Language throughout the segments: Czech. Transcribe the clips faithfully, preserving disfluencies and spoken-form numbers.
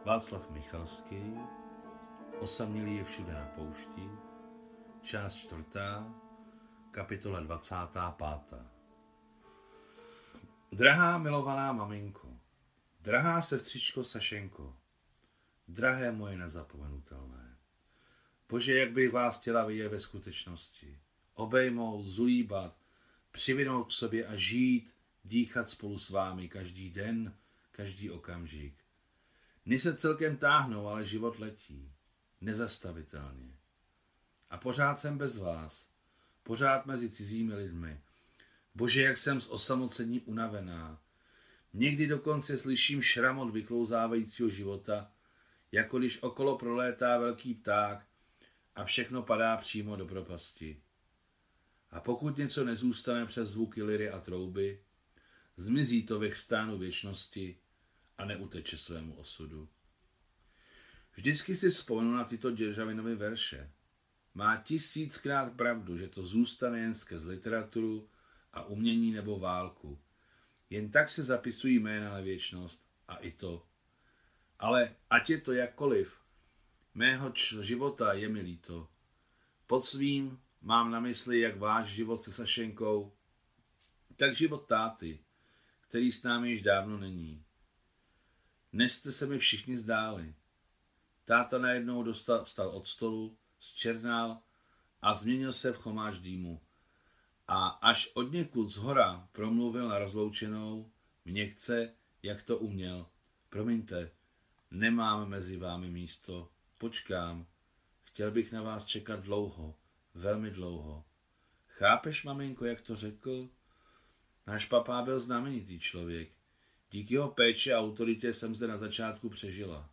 Václav Michalský, Osamělý je všude na poušti, část čtvrtá, kapitola dvacátá pátá. Drahá milovaná maminko, drahá sestřičko Sašenko, drahé moje nezapomenutelné. Bože, jak bych vás chtěla vidět ve skutečnosti. Obejmout, zulíbat, přivinout k sobě a žít, dýchat spolu s vámi každý den, každý okamžik. Dny se celkem táhnou, ale život letí. Nezastavitelně. A pořád jsem bez vás. Pořád mezi cizími lidmi. Bože, jak jsem z osamocení unavená. Někdy dokonce slyším šramot vyklouzávajícího života, jako když okolo prolétá velký pták a všechno padá přímo do propasti. A pokud něco nezůstane přes zvuky liry a trouby, zmizí to ve chřtánu věčnosti a neuteče svému osudu. Vždycky si vzpomenu na tyto Džeržavinovy verše. Má tisíckrát pravdu, že to zůstane jen skrz literaturu a umění nebo válku. Jen tak se zapisují jména na věčnost a i to. Ale ať je to jakkoliv, mého č- života je mi líto. Pod svým mám na mysli jak váš život se Sašenkou, tak život táty, který s námi již dávno není. Dnes jste se mi všichni zdáli. Táta najednou dostal, vstal od stolu, zčernal a změnil se v chomáč dýmu. A až odněkud zhora promluvil na rozloučenou, měkce, jak to uměl. Promiňte, nemám mezi vámi místo, počkám. Chtěl bych na vás čekat dlouho, velmi dlouho. Chápeš, maminko, jak to řekl? Náš papá byl znamenitý člověk. Díky jeho péči a autoritě jsem zde na začátku přežila.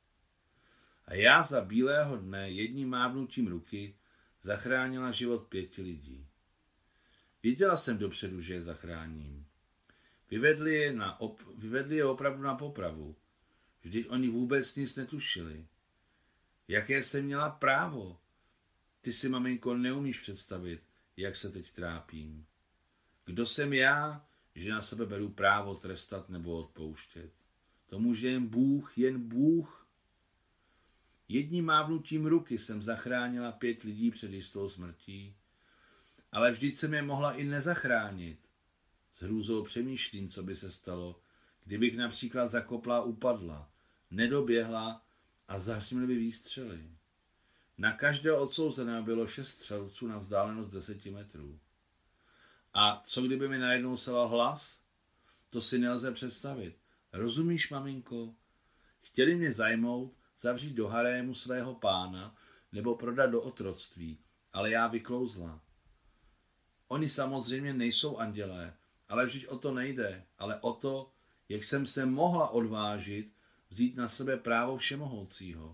A já za bílého dne jedním mávnutím ruky zachránila život pěti lidí. Věděla jsem dopředu, že je zachráním. Vyvedli je, na op- vyvedli je opravdu na popravu. Vždyť oni vůbec nic netušili. Jaké jsem měla právo? Ty si, maminko, neumíš představit, jak se teď trápím. Kdo jsem já, že na sebe beru právo trestat nebo odpouštět? To může jen Bůh, jen Bůh. Jedním mávnutím ruky jsem zachránila pět lidí před jistou smrtí, ale vždyť jsem je mohla i nezachránit. S hrůzou přemýšlím, co by se stalo, kdybych například zakopla upadla, nedoběhla a zahřměly by výstřely. Na každého odsouzeného bylo šest střelců na vzdálenost deseti metrů. A co kdyby mi najednou selal hlas? To si nelze představit. Rozumíš, maminko? Chtěli mě zajmout, zavřít do harému svého pána nebo prodat do otroctví, ale já vyklouzla. Oni samozřejmě nejsou andělé, ale vždyť o to nejde, ale o to, jak jsem se mohla odvážit vzít na sebe právo všemohoucího.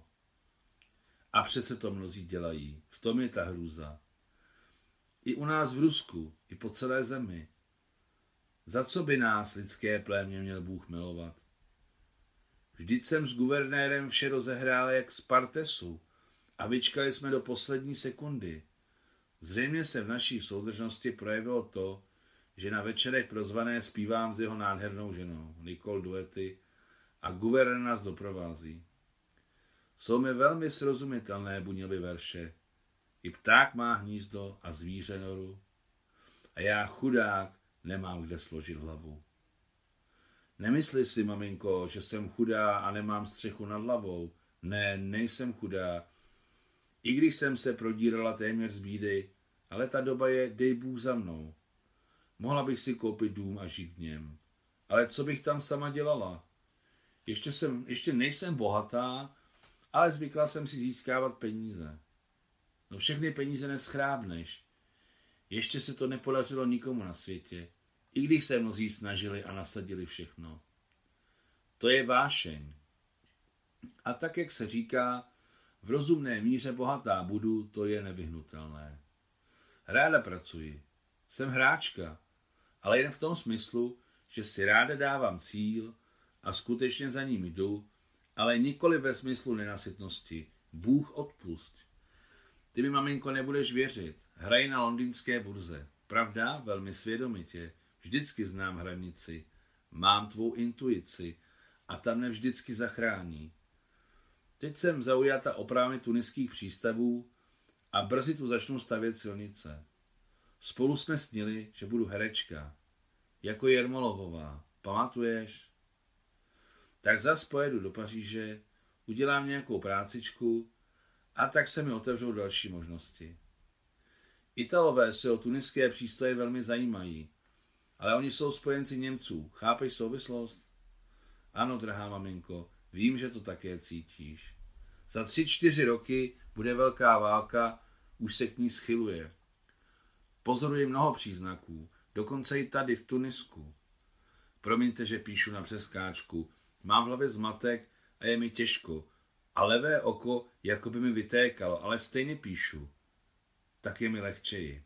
A přece to mnozí dělají. V tom je ta hrůza. I u nás v Rusku, i po celé zemi. Za co by nás, lidské plémě, měl Bůh milovat? Vždyť jsem s guvernérem vše rozehrál jak z partesu a vyčkali jsme do poslední sekundy. Zřejmě se v naší soudržnosti projevilo to, že na večerech prozvané zpívám s jeho nádhernou ženou, Nicole duety, a guvernér nás doprovází. Jsou mi velmi srozumitelné Buněvy verše. I pták má hnízdo a zvíře noru. A já, chudák, nemám kde složit hlavu. Nemysli si, maminko, že jsem chudá a nemám střechu nad hlavou. Ne, nejsem chudá. I když jsem se prodírala téměř z bídy, ale ta doba je, dej Bůh za mnou. Mohla bych si koupit dům a žít v něm. Ale co bych tam sama dělala? Ještě, jsem, ještě nejsem bohatá, ale zvykla jsem si získávat peníze. No všechny peníze neschrábneš. Ještě se to nepodařilo nikomu na světě, i když se mnozí snažili a nasadili všechno. To je vášeň. A tak, jak se říká, v rozumné míře bohatá budu, to je nevyhnutelné. Ráda pracuji. Jsem hráčka, ale jen v tom smyslu, že si ráda dávám cíl a skutečně za ním jdu, ale nikoli ve smyslu nenasytnosti. Bůh odpusť. Ty mi, maminko, nebudeš věřit. Hraj na londýnské burze. Pravda? Velmi svědomitě. Vždycky znám hranici. Mám tvou intuici a ta mne vždycky zachrání. Teď jsem zaujata opravami tuniských přístavů a brzy tu začnu stavět silnice. Spolu jsme snili, že budu herečka. Jako Jermolovová. Pamatuješ? Tak zas pojedu do Paříže, udělám nějakou prácičku a tak se mi otevřou další možnosti. Italové se o tuniské přístroje velmi zajímají, ale oni jsou spojenci Němců. Chápeš souvislost? Ano, drahá maminko, vím, že to také cítíš. Za tři, čtyři roky bude velká válka, už se k ní schyluje. Pozoruji mnoho příznaků, dokonce i tady v Tunisku. Promiňte, že píšu na přeskáčku. Mám v hlavě zmatek a je mi těžko. A levé oko jako by mi vytékalo, ale stejně píšu. Tak je mi lehčeji.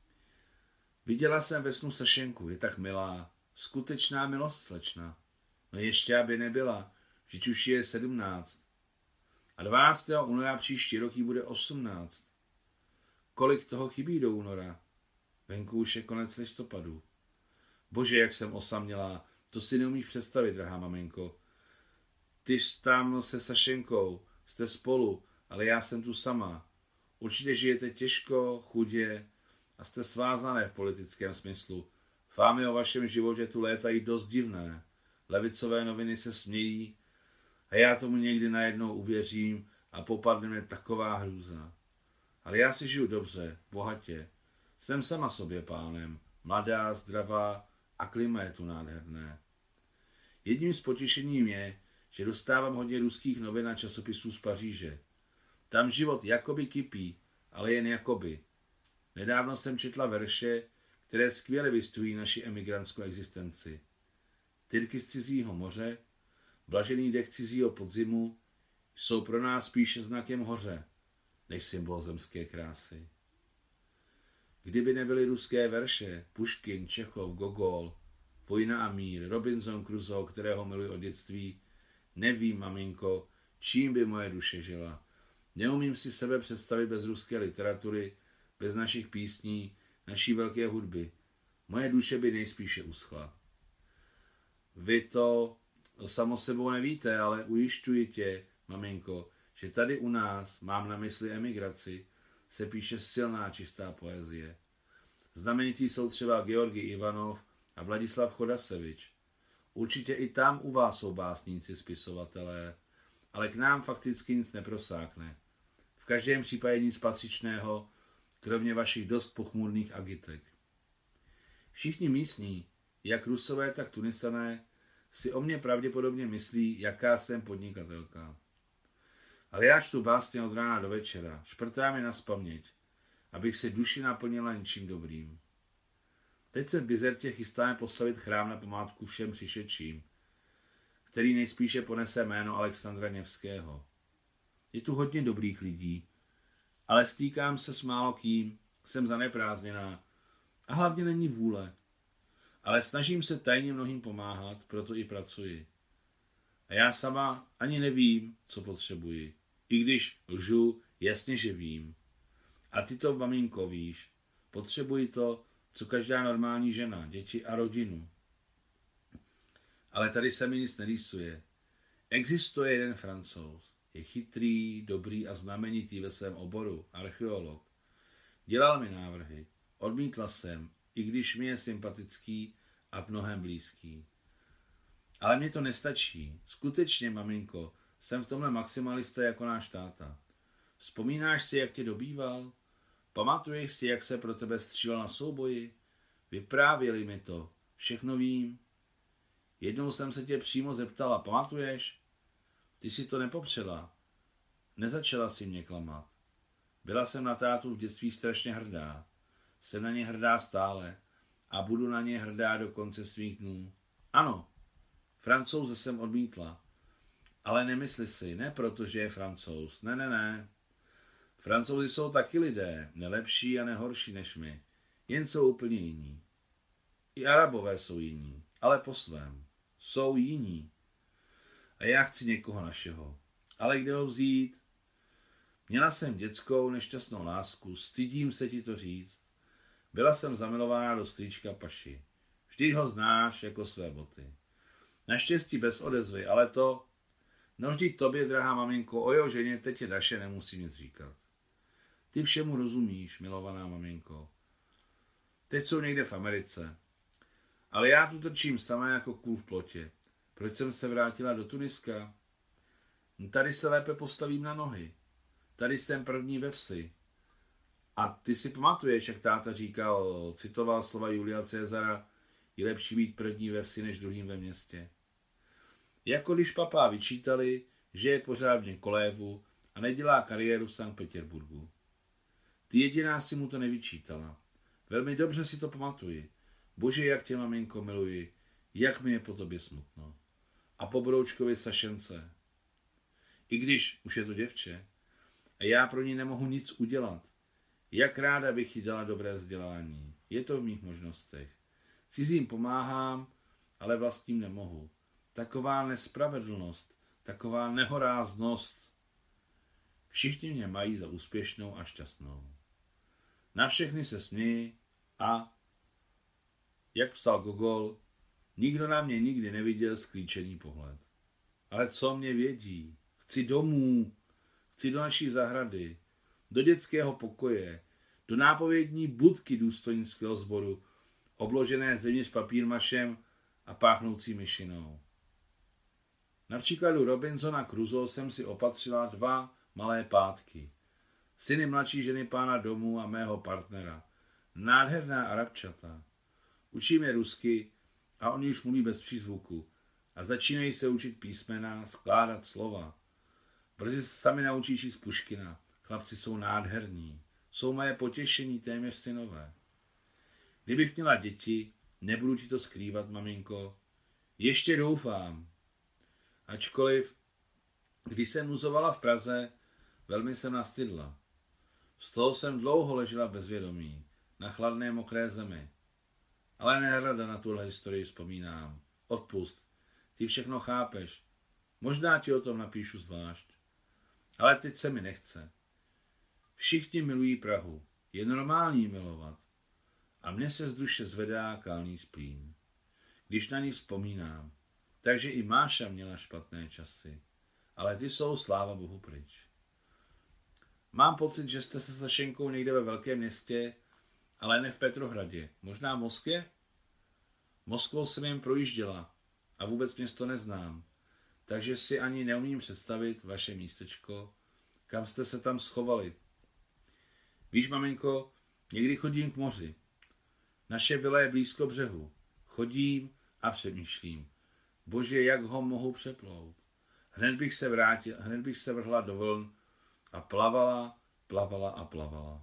Viděla jsem ve snu Sašenku, je tak milá. Skutečná milost, slečna. No ještě aby nebyla, vždyť už je sedmnáct. A dvanáctého února příští rok jí bude osmnáct. Kolik toho chybí do února? Venku už je konec listopadu. Bože, jak jsem osamělá, to si neumíš představit, drahá maminko. Ty jsi tam se Sašenkou, jste spolu, ale já jsem tu sama. Určitě žijete těžko, chudě a jste svázané v politickém smyslu. Fámy o vašem životě tu létají dost divné. Levicové noviny se smějí a já tomu někdy najednou uvěřím a popadne mě taková hrůza. Ale já si žiju dobře, bohatě. Jsem sama sobě pánem, mladá, zdravá a klima je tu nádherné. Jedním z potěšením je, že dostávám hodně ruských novin a časopisů z Paříže. Tam život jakoby kypí, ale jen jakoby. Nedávno jsem četla verše, které skvěle vystuhují naši emigrantskou existenci. Tyrky z cizího moře, blažený dech cizího podzimu jsou pro nás spíše znakem hoře, než symbol zemské krásy. Kdyby nebyly ruské verše, Puškin, Čechov, Gogol, Vojna a mír, Robinson Crusoe, kterého miluji od dětství, nevím, maminko, čím by moje duše žila. Neumím si sebe představit bez ruské literatury, bez našich písní, naší velké hudby. Moje duše by nejspíše uschla. Vy to samo sebou nevíte, ale ujišťuji tě, maminko, že tady u nás, mám na mysli emigraci, se píše silná čistá poezie. Znamenití jsou třeba Georgi Ivanov a Vladislav Chodasevič. Určitě i tam u vás jsou básníci, spisovatelé, ale k nám fakticky nic neprosákne. V každém případě nic patřičného, kromě vašich dost pochmurných agitek. Všichni místní, jak Rusové, tak Tunisané, si o mě pravděpodobně myslí, jaká jsem podnikatelka. Ale já čtu básně od rána do večera, šprtám je nazpaměť, abych si duši naplnila něčím dobrým. Teď se v Bizertě chystáme postavit chrám na památku všem přišedším, který nejspíše ponese jméno Alexandra Nevského. Je tu hodně dobrých lidí, ale stýkám se s málo kým, jsem zaneprázdněná a hlavně není vůle. Ale snažím se tajně mnohým pomáhat, proto i pracuji. A já sama ani nevím, co potřebuji. I když lžu, jasně, že vím. A ty to, maminko, víš. Potřebuji to, co každá normální žena, děti a rodinu. Ale tady se mi nic nerýsuje. Existuje jeden Francouz. Je chytrý, dobrý a znamenitý ve svém oboru, archeolog. Dělal mi návrhy. Odmítla jsem, i když mi je sympatický a v mnohem blízký. Ale mně to nestačí. Skutečně, maminko, jsem v tomhle maximalista jako náš táta. Vzpomínáš si, jak tě dobýval? Pamatuješ si, jak se pro tebe střílel na souboji? Vyprávěli mi to. Všechno vím. Jednou jsem se tě přímo zeptala, pamatuješ? Ty si to nepopřela. Nezačala si mě klamat. Byla jsem na tátu v dětství strašně hrdá. Jsem na ně hrdá stále a budu na ně hrdá do konce svých dnů. Ano, Francouze jsem odmítla. Ale nemysli si, ne protože je Francouz. Ne, ne, ne. Francouzi jsou taky lidé, nelepší a nehorší než my. Jen jsou úplně jiní. I Arabové jsou jiní, ale po svém. Jsou jiní. A já chci někoho našeho. Ale kde ho vzít? Měla jsem dětskou nešťastnou lásku, stydím se ti to říct. Byla jsem zamilovaná do strýčka Paši. Vždyť ho znáš jako své boty. Naštěstí bez odezvy, ale to... No vždyť tobě, drahá maminko, o jeho ženě teď je Daše nemusím nic říkat. Ty všemu rozumíš, milovaná maminko. Teď jsou někde v Americe. Ale já tu trčím sama jako kůl v plotě. Proč jsem se vrátila do Tuniska? Tady se lépe postavím na nohy. Tady jsem první ve vsi. A ty si pamatuješ, jak táta říkal, citoval slova Julia Cezara, je lepší být první ve vsi, než druhým ve městě. Jako když papá vyčítali, že je pořád v kolévu a nedělá kariéru v Sankt Petěrburgu. Ty jediná si mu to nevyčítala. Velmi dobře si to pamatuji. Bože, jak tě, maminko, miluji, jak mi je po tobě smutno. A po broučkovi Sašence. I když už je to děvče a já pro ní nemohu nic udělat, jak ráda bych jí dala dobré vzdělání. Je to v mých možnostech. Cizím pomáhám, ale vlastním nemohu. Taková nespravedlnost, taková nehoráznost. Všichni mě mají za úspěšnou a šťastnou. Na všechny se smějí a, jak psal Gogol, nikdo na mě nikdy neviděl sklíčený pohled. Ale co mě vědí? Chci domů, chci do naší zahrady, do dětského pokoje, do nápovědní budky důstojnického sboru, obložené zevnitř papírmašem a páchnoucí myšinou. Na příkladu Robinsona Crusoe jsem si opatřila dva malé pátky. Syny mladší ženy pána domu a mého partnera. Nádherná Arabčata. Učím je rusky a oni už mluví bez přízvuku a začínají se učit písmena, skládat slova. Brzy se sami naučí číst Puškina. Chlapci jsou nádherní. Jsou moje potěšení, téměř synové. Kdybych měla děti, nebudu ti to skrývat, maminko. Ještě doufám. Ačkoliv, když jsem nuzovala v Praze, velmi jsem nastydla. Z toho jsem dlouho ležela bez vědomí, na chladné mokré zemi. Ale nerada na tuhle historii vzpomínám. Odpust, ty všechno chápeš. Možná ti o tom napíšu zvlášť. Ale teď se mi nechce. Všichni milují Prahu. Je normální milovat. A mně se z duše zvedá kalný splín, když na ní vzpomínám. Takže i Máša měla špatné časy. Ale ty jsou, sláva Bohu, pryč. Mám pocit, že jste se Sašenkou někde ve velkém městě, ale ne v Petrohradě. Možná v Moskvě? Moskvou jsem jen projížděla a vůbec město neznám. Takže si ani neumím představit vaše místečko, kam jste se tam schovali. Víš, maminko, někdy chodím k moři. Naše vila je blízko břehu. Chodím a přemýšlím. Bože, jak ho mohu přeplout. Hned bych se vrátil, hned bych se vrhla do vln a plavala, plavala a plavala.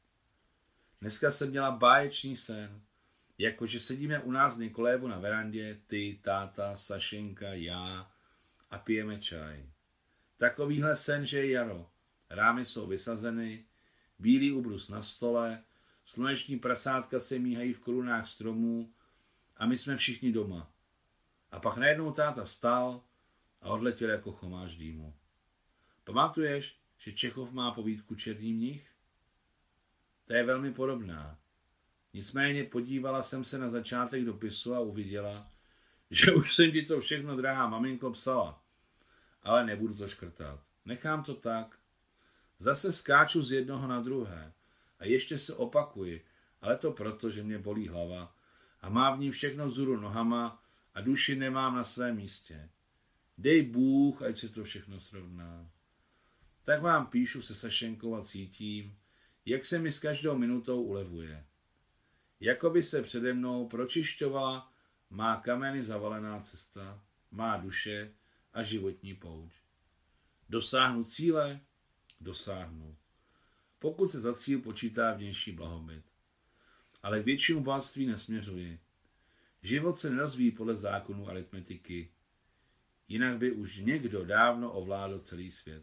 Dneska jsem měla báječný sen, jakože sedíme u nás v Nikolévu na verandě, ty, táta, Sašenka, já a pijeme čaj. Takovýhle sen, že je jaro. Rámy jsou vysazeny, bílý ubrus na stole, sluneční prasátka se míhají v korunách stromů a my jsme všichni doma. A pak najednou táta vstal a odletěl jako chomáš dýmu. Pamatuješ, že Čechov má povídku Černý mnich? To je velmi podobná. Nicméně podívala jsem se na začátek dopisu a uviděla, že už jsem ti to všechno, drahá maminko, psala. Ale nebudu to škrtat. Nechám to tak. Zase skáču z jednoho na druhé. A ještě se opakuji, ale to proto, že mě bolí hlava a mám v ní všechno vzhůru nohama a duši nemám na svém místě. Dej Bůh, ať se to všechno srovná. Tak vám píšu se Sašenkou a cítím, jak se mi s každou minutou ulevuje. Jakoby se přede mnou pročišťovala má kameny zavalená cesta, má duše a životní pouť. Dosáhnu cíle? Dosáhnu. Pokud se za cíl počítá vnější blahobyt. Ale k většímu bohatství nesměřuji. Život se nerozvíjí podle zákonů aritmetiky. Jinak by už někdo dávno ovládl celý svět.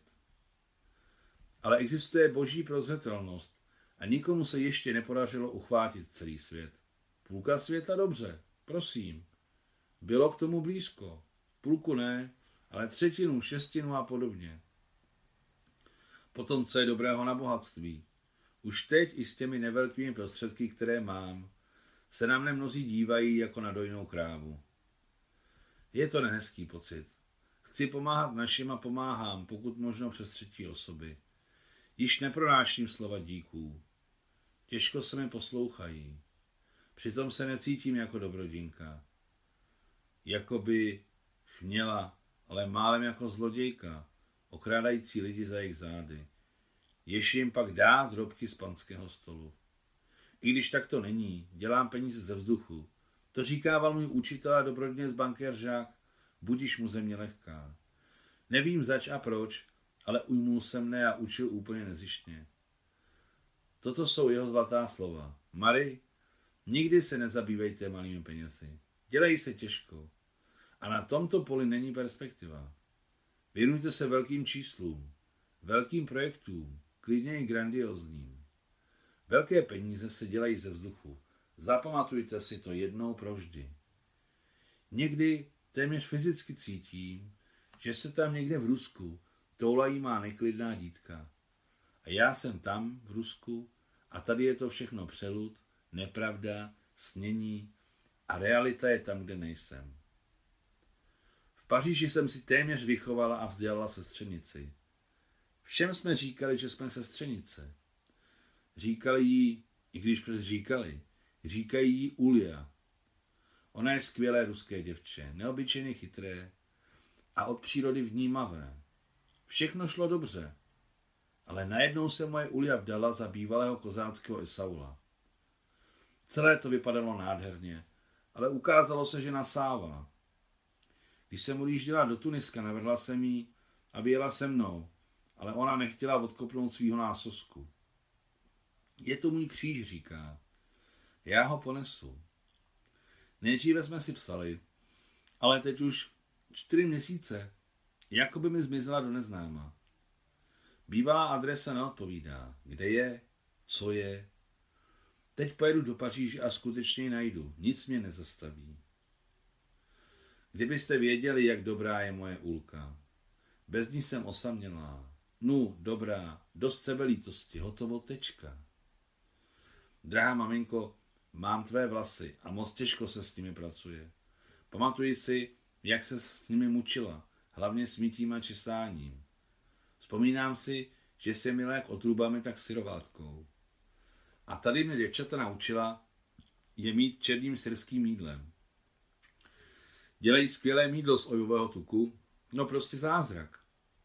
Ale existuje boží prozřetelnost a nikomu se ještě nepodařilo uchvátit celý svět. Půlka světa dobře, prosím. Bylo k tomu blízko. Půlku ne, ale třetinu, šestinu a podobně. Potom, co je dobrého na bohatství. Už teď i s těmi nevelkými prostředky, které mám, se na mne mnozí dívají jako na dojnou krávu. Je to nehezký pocit. Chci pomáhat našim a pomáhám, pokud možno přes třetí osoby. Již nepronáším slova díků. Těžko se mi poslouchají. Přitom se necítím jako dobrodinka. Jakoby chměla, ale málem jako zlodějka, okrádající lidi za jejich zády. Jež jim pak dá drobky z panského stolu. I když tak to není, dělám peníze ze vzduchu. To říkával můj učitel a dobrodinec bankér Žák, budiž mu země lehká. Nevím zač a proč, ale ujmul se mne a učil úplně nezištně. Toto jsou jeho zlatá slova. Mary, nikdy se nezabývejte malými penězi. Dělej se těžko. A na tomto poli není perspektiva. Věnujte se velkým číslům, velkým projektům, klidně i grandiozním. Velké peníze se dělají ze vzduchu. Zapamatujte si to jednou provždy. Někdy téměř fyzicky cítím, že se tam někde v Rusku toulají má neklidná dítka. A já jsem tam, v Rusku, a tady je to všechno přelud, nepravda, snění a realita je tam, kde nejsem. V Paříži jsem si téměř vychovala a vzdělala sestřenici. Všem jsme říkali, že jsme sestřenice. Říkali jí, i když přes říkali, říkají jí Ulia. Ona je skvělé ruské děvče, neobyčejně chytré a od přírody vnímavé. Všechno šlo dobře, ale najednou se moje Ulia vdala za bývalého kozáckého Esaula. Celé to vypadalo nádherně, ale ukázalo se, že nasává. Když jsem odjížděla do Tuniska, navrhla jsem jí, aby jela se mnou, ale ona nechtěla odkopnout svýho násosku. Je to můj kříž, říká. Já ho ponesu. Nejdříve jsme si psali, ale teď už čtyři měsíce, jako by mi zmizela do neznáma. Bývalá adresa neodpovídá, kde je, co je. Teď pojedu do Paříže a skutečně ji najdu, nic mě nezastaví. Kdybyste věděli, jak dobrá je moje Ulka. Bez ní jsem osamělá. Nu, dobrá, dost sebelítosti, hotovo, tečka. Drahá maminko, mám tvé vlasy a moc těžko se s nimi pracuje. Pamatuji si, jak se s nimi mučila, hlavně smítím a česáním. Vzpomínám si, že se milá jak otrubami, tak syrovátkou. A tady mě děvčata naučila je mít černým syrským jídlem. Dělají skvělé mýdlo z olivového tuku, no prostě zázrak.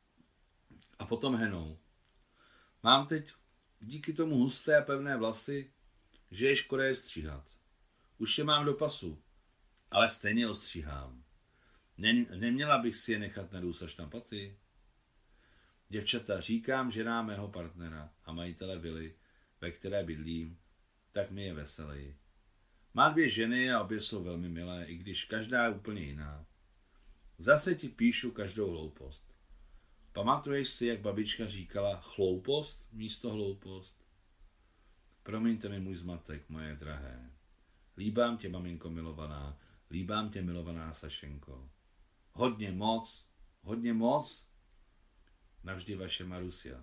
A potom henou. Mám teď díky tomu husté a pevné vlasy, že je škoda je stříhat. Už je mám do pasu, ale stejně ostříhám. Ne- neměla bych si je nechat narůst až na paty? Děvčata, říkám ženám mého partnera a majitele vily, ve které bydlím, tak mi je veseleji. Má dvě ženy a obě jsou velmi milé, i když každá je úplně jiná. Zase ti píšu každou hloupost. Pamatuješ si, jak babička říkala chloupost místo hloupost? Promiňte mi můj zmatek, moje drahé. Líbám tě, maminko milovaná, líbám tě, milovaná Sašenko. Hodně moc, hodně moc, navždy vaše Marusia.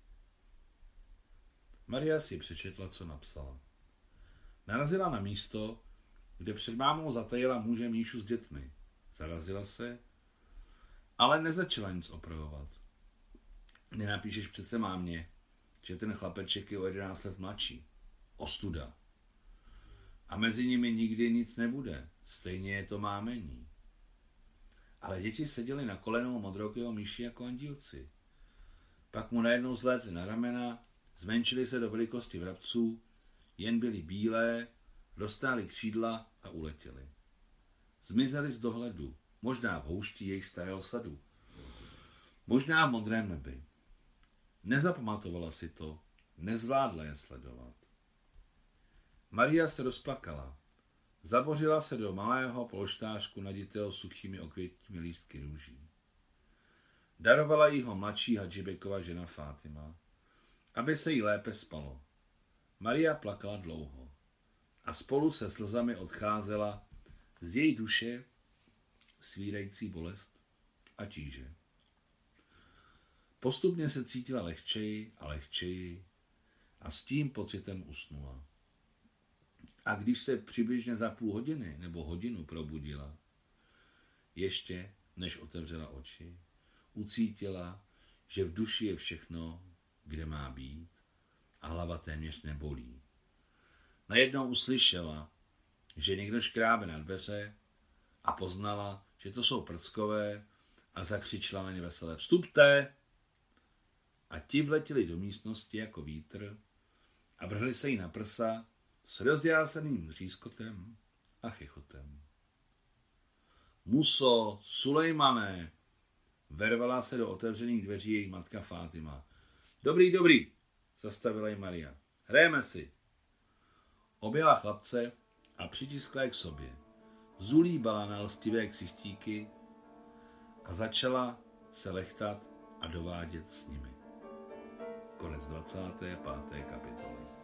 Maria si přečetla, co napsala. Narazila na místo, kde před mámou zatajila muže Míšu s dětmi. Zarazila se, ale nezačala nic opravovat. Nenapíšeš přece mámě, že ten chlapeček je o jedenáct let mladší. Ostuda. A mezi nimi nikdy nic nebude, stejně je to mámení. Ale děti seděly na kolenou modrokého Míši jako andílci. Pak mu najednou zlétli na ramena, zmenšili se do velikosti vrabců, jen byly bílé, roztáhly křídla a uletěly. Zmizely z dohledu, možná v houšti jejich starého sadu, možná v modrém nebi. Nezapamatovala si to, nezvládla je sledovat. Maria se rozplakala. Zabořila se do malého polštářku naditého suchými okvětními lístky růží. Darovala jí ho mladší Hadžibekova žena Fátima, aby se jí lépe spalo. Maria plakala dlouho a spolu se slzami odcházela z její duše svírající bolest a tíže. Postupně se cítila lehčeji a lehčeji a s tím pocitem usnula. A když se přibližně za půl hodiny nebo hodinu probudila, ještě než otevřela oči, ucítila, že v duši je všechno, kde má být, a hlava téměř nebolí. Najednou uslyšela, že někdo škrábe na dveře a poznala, že to jsou prckové, a zakřičela na ně veselé: Vstupte! A ti vletěli do místnosti jako vítr a vrhli se jí na prsa s rozjáseným řízkotem a chichotem. Muso, Sulejmané, vervala se do otevřených dveří jejich matka Fátima. Dobrý, dobrý, zastavila jí Maria. Hrajeme si. Objela chlapce a přitiskla je k sobě. Zulíbala na lstivé ksichtíky a začala se lechtat a dovádět s nimi. Konec dvacáté páté kapitoly.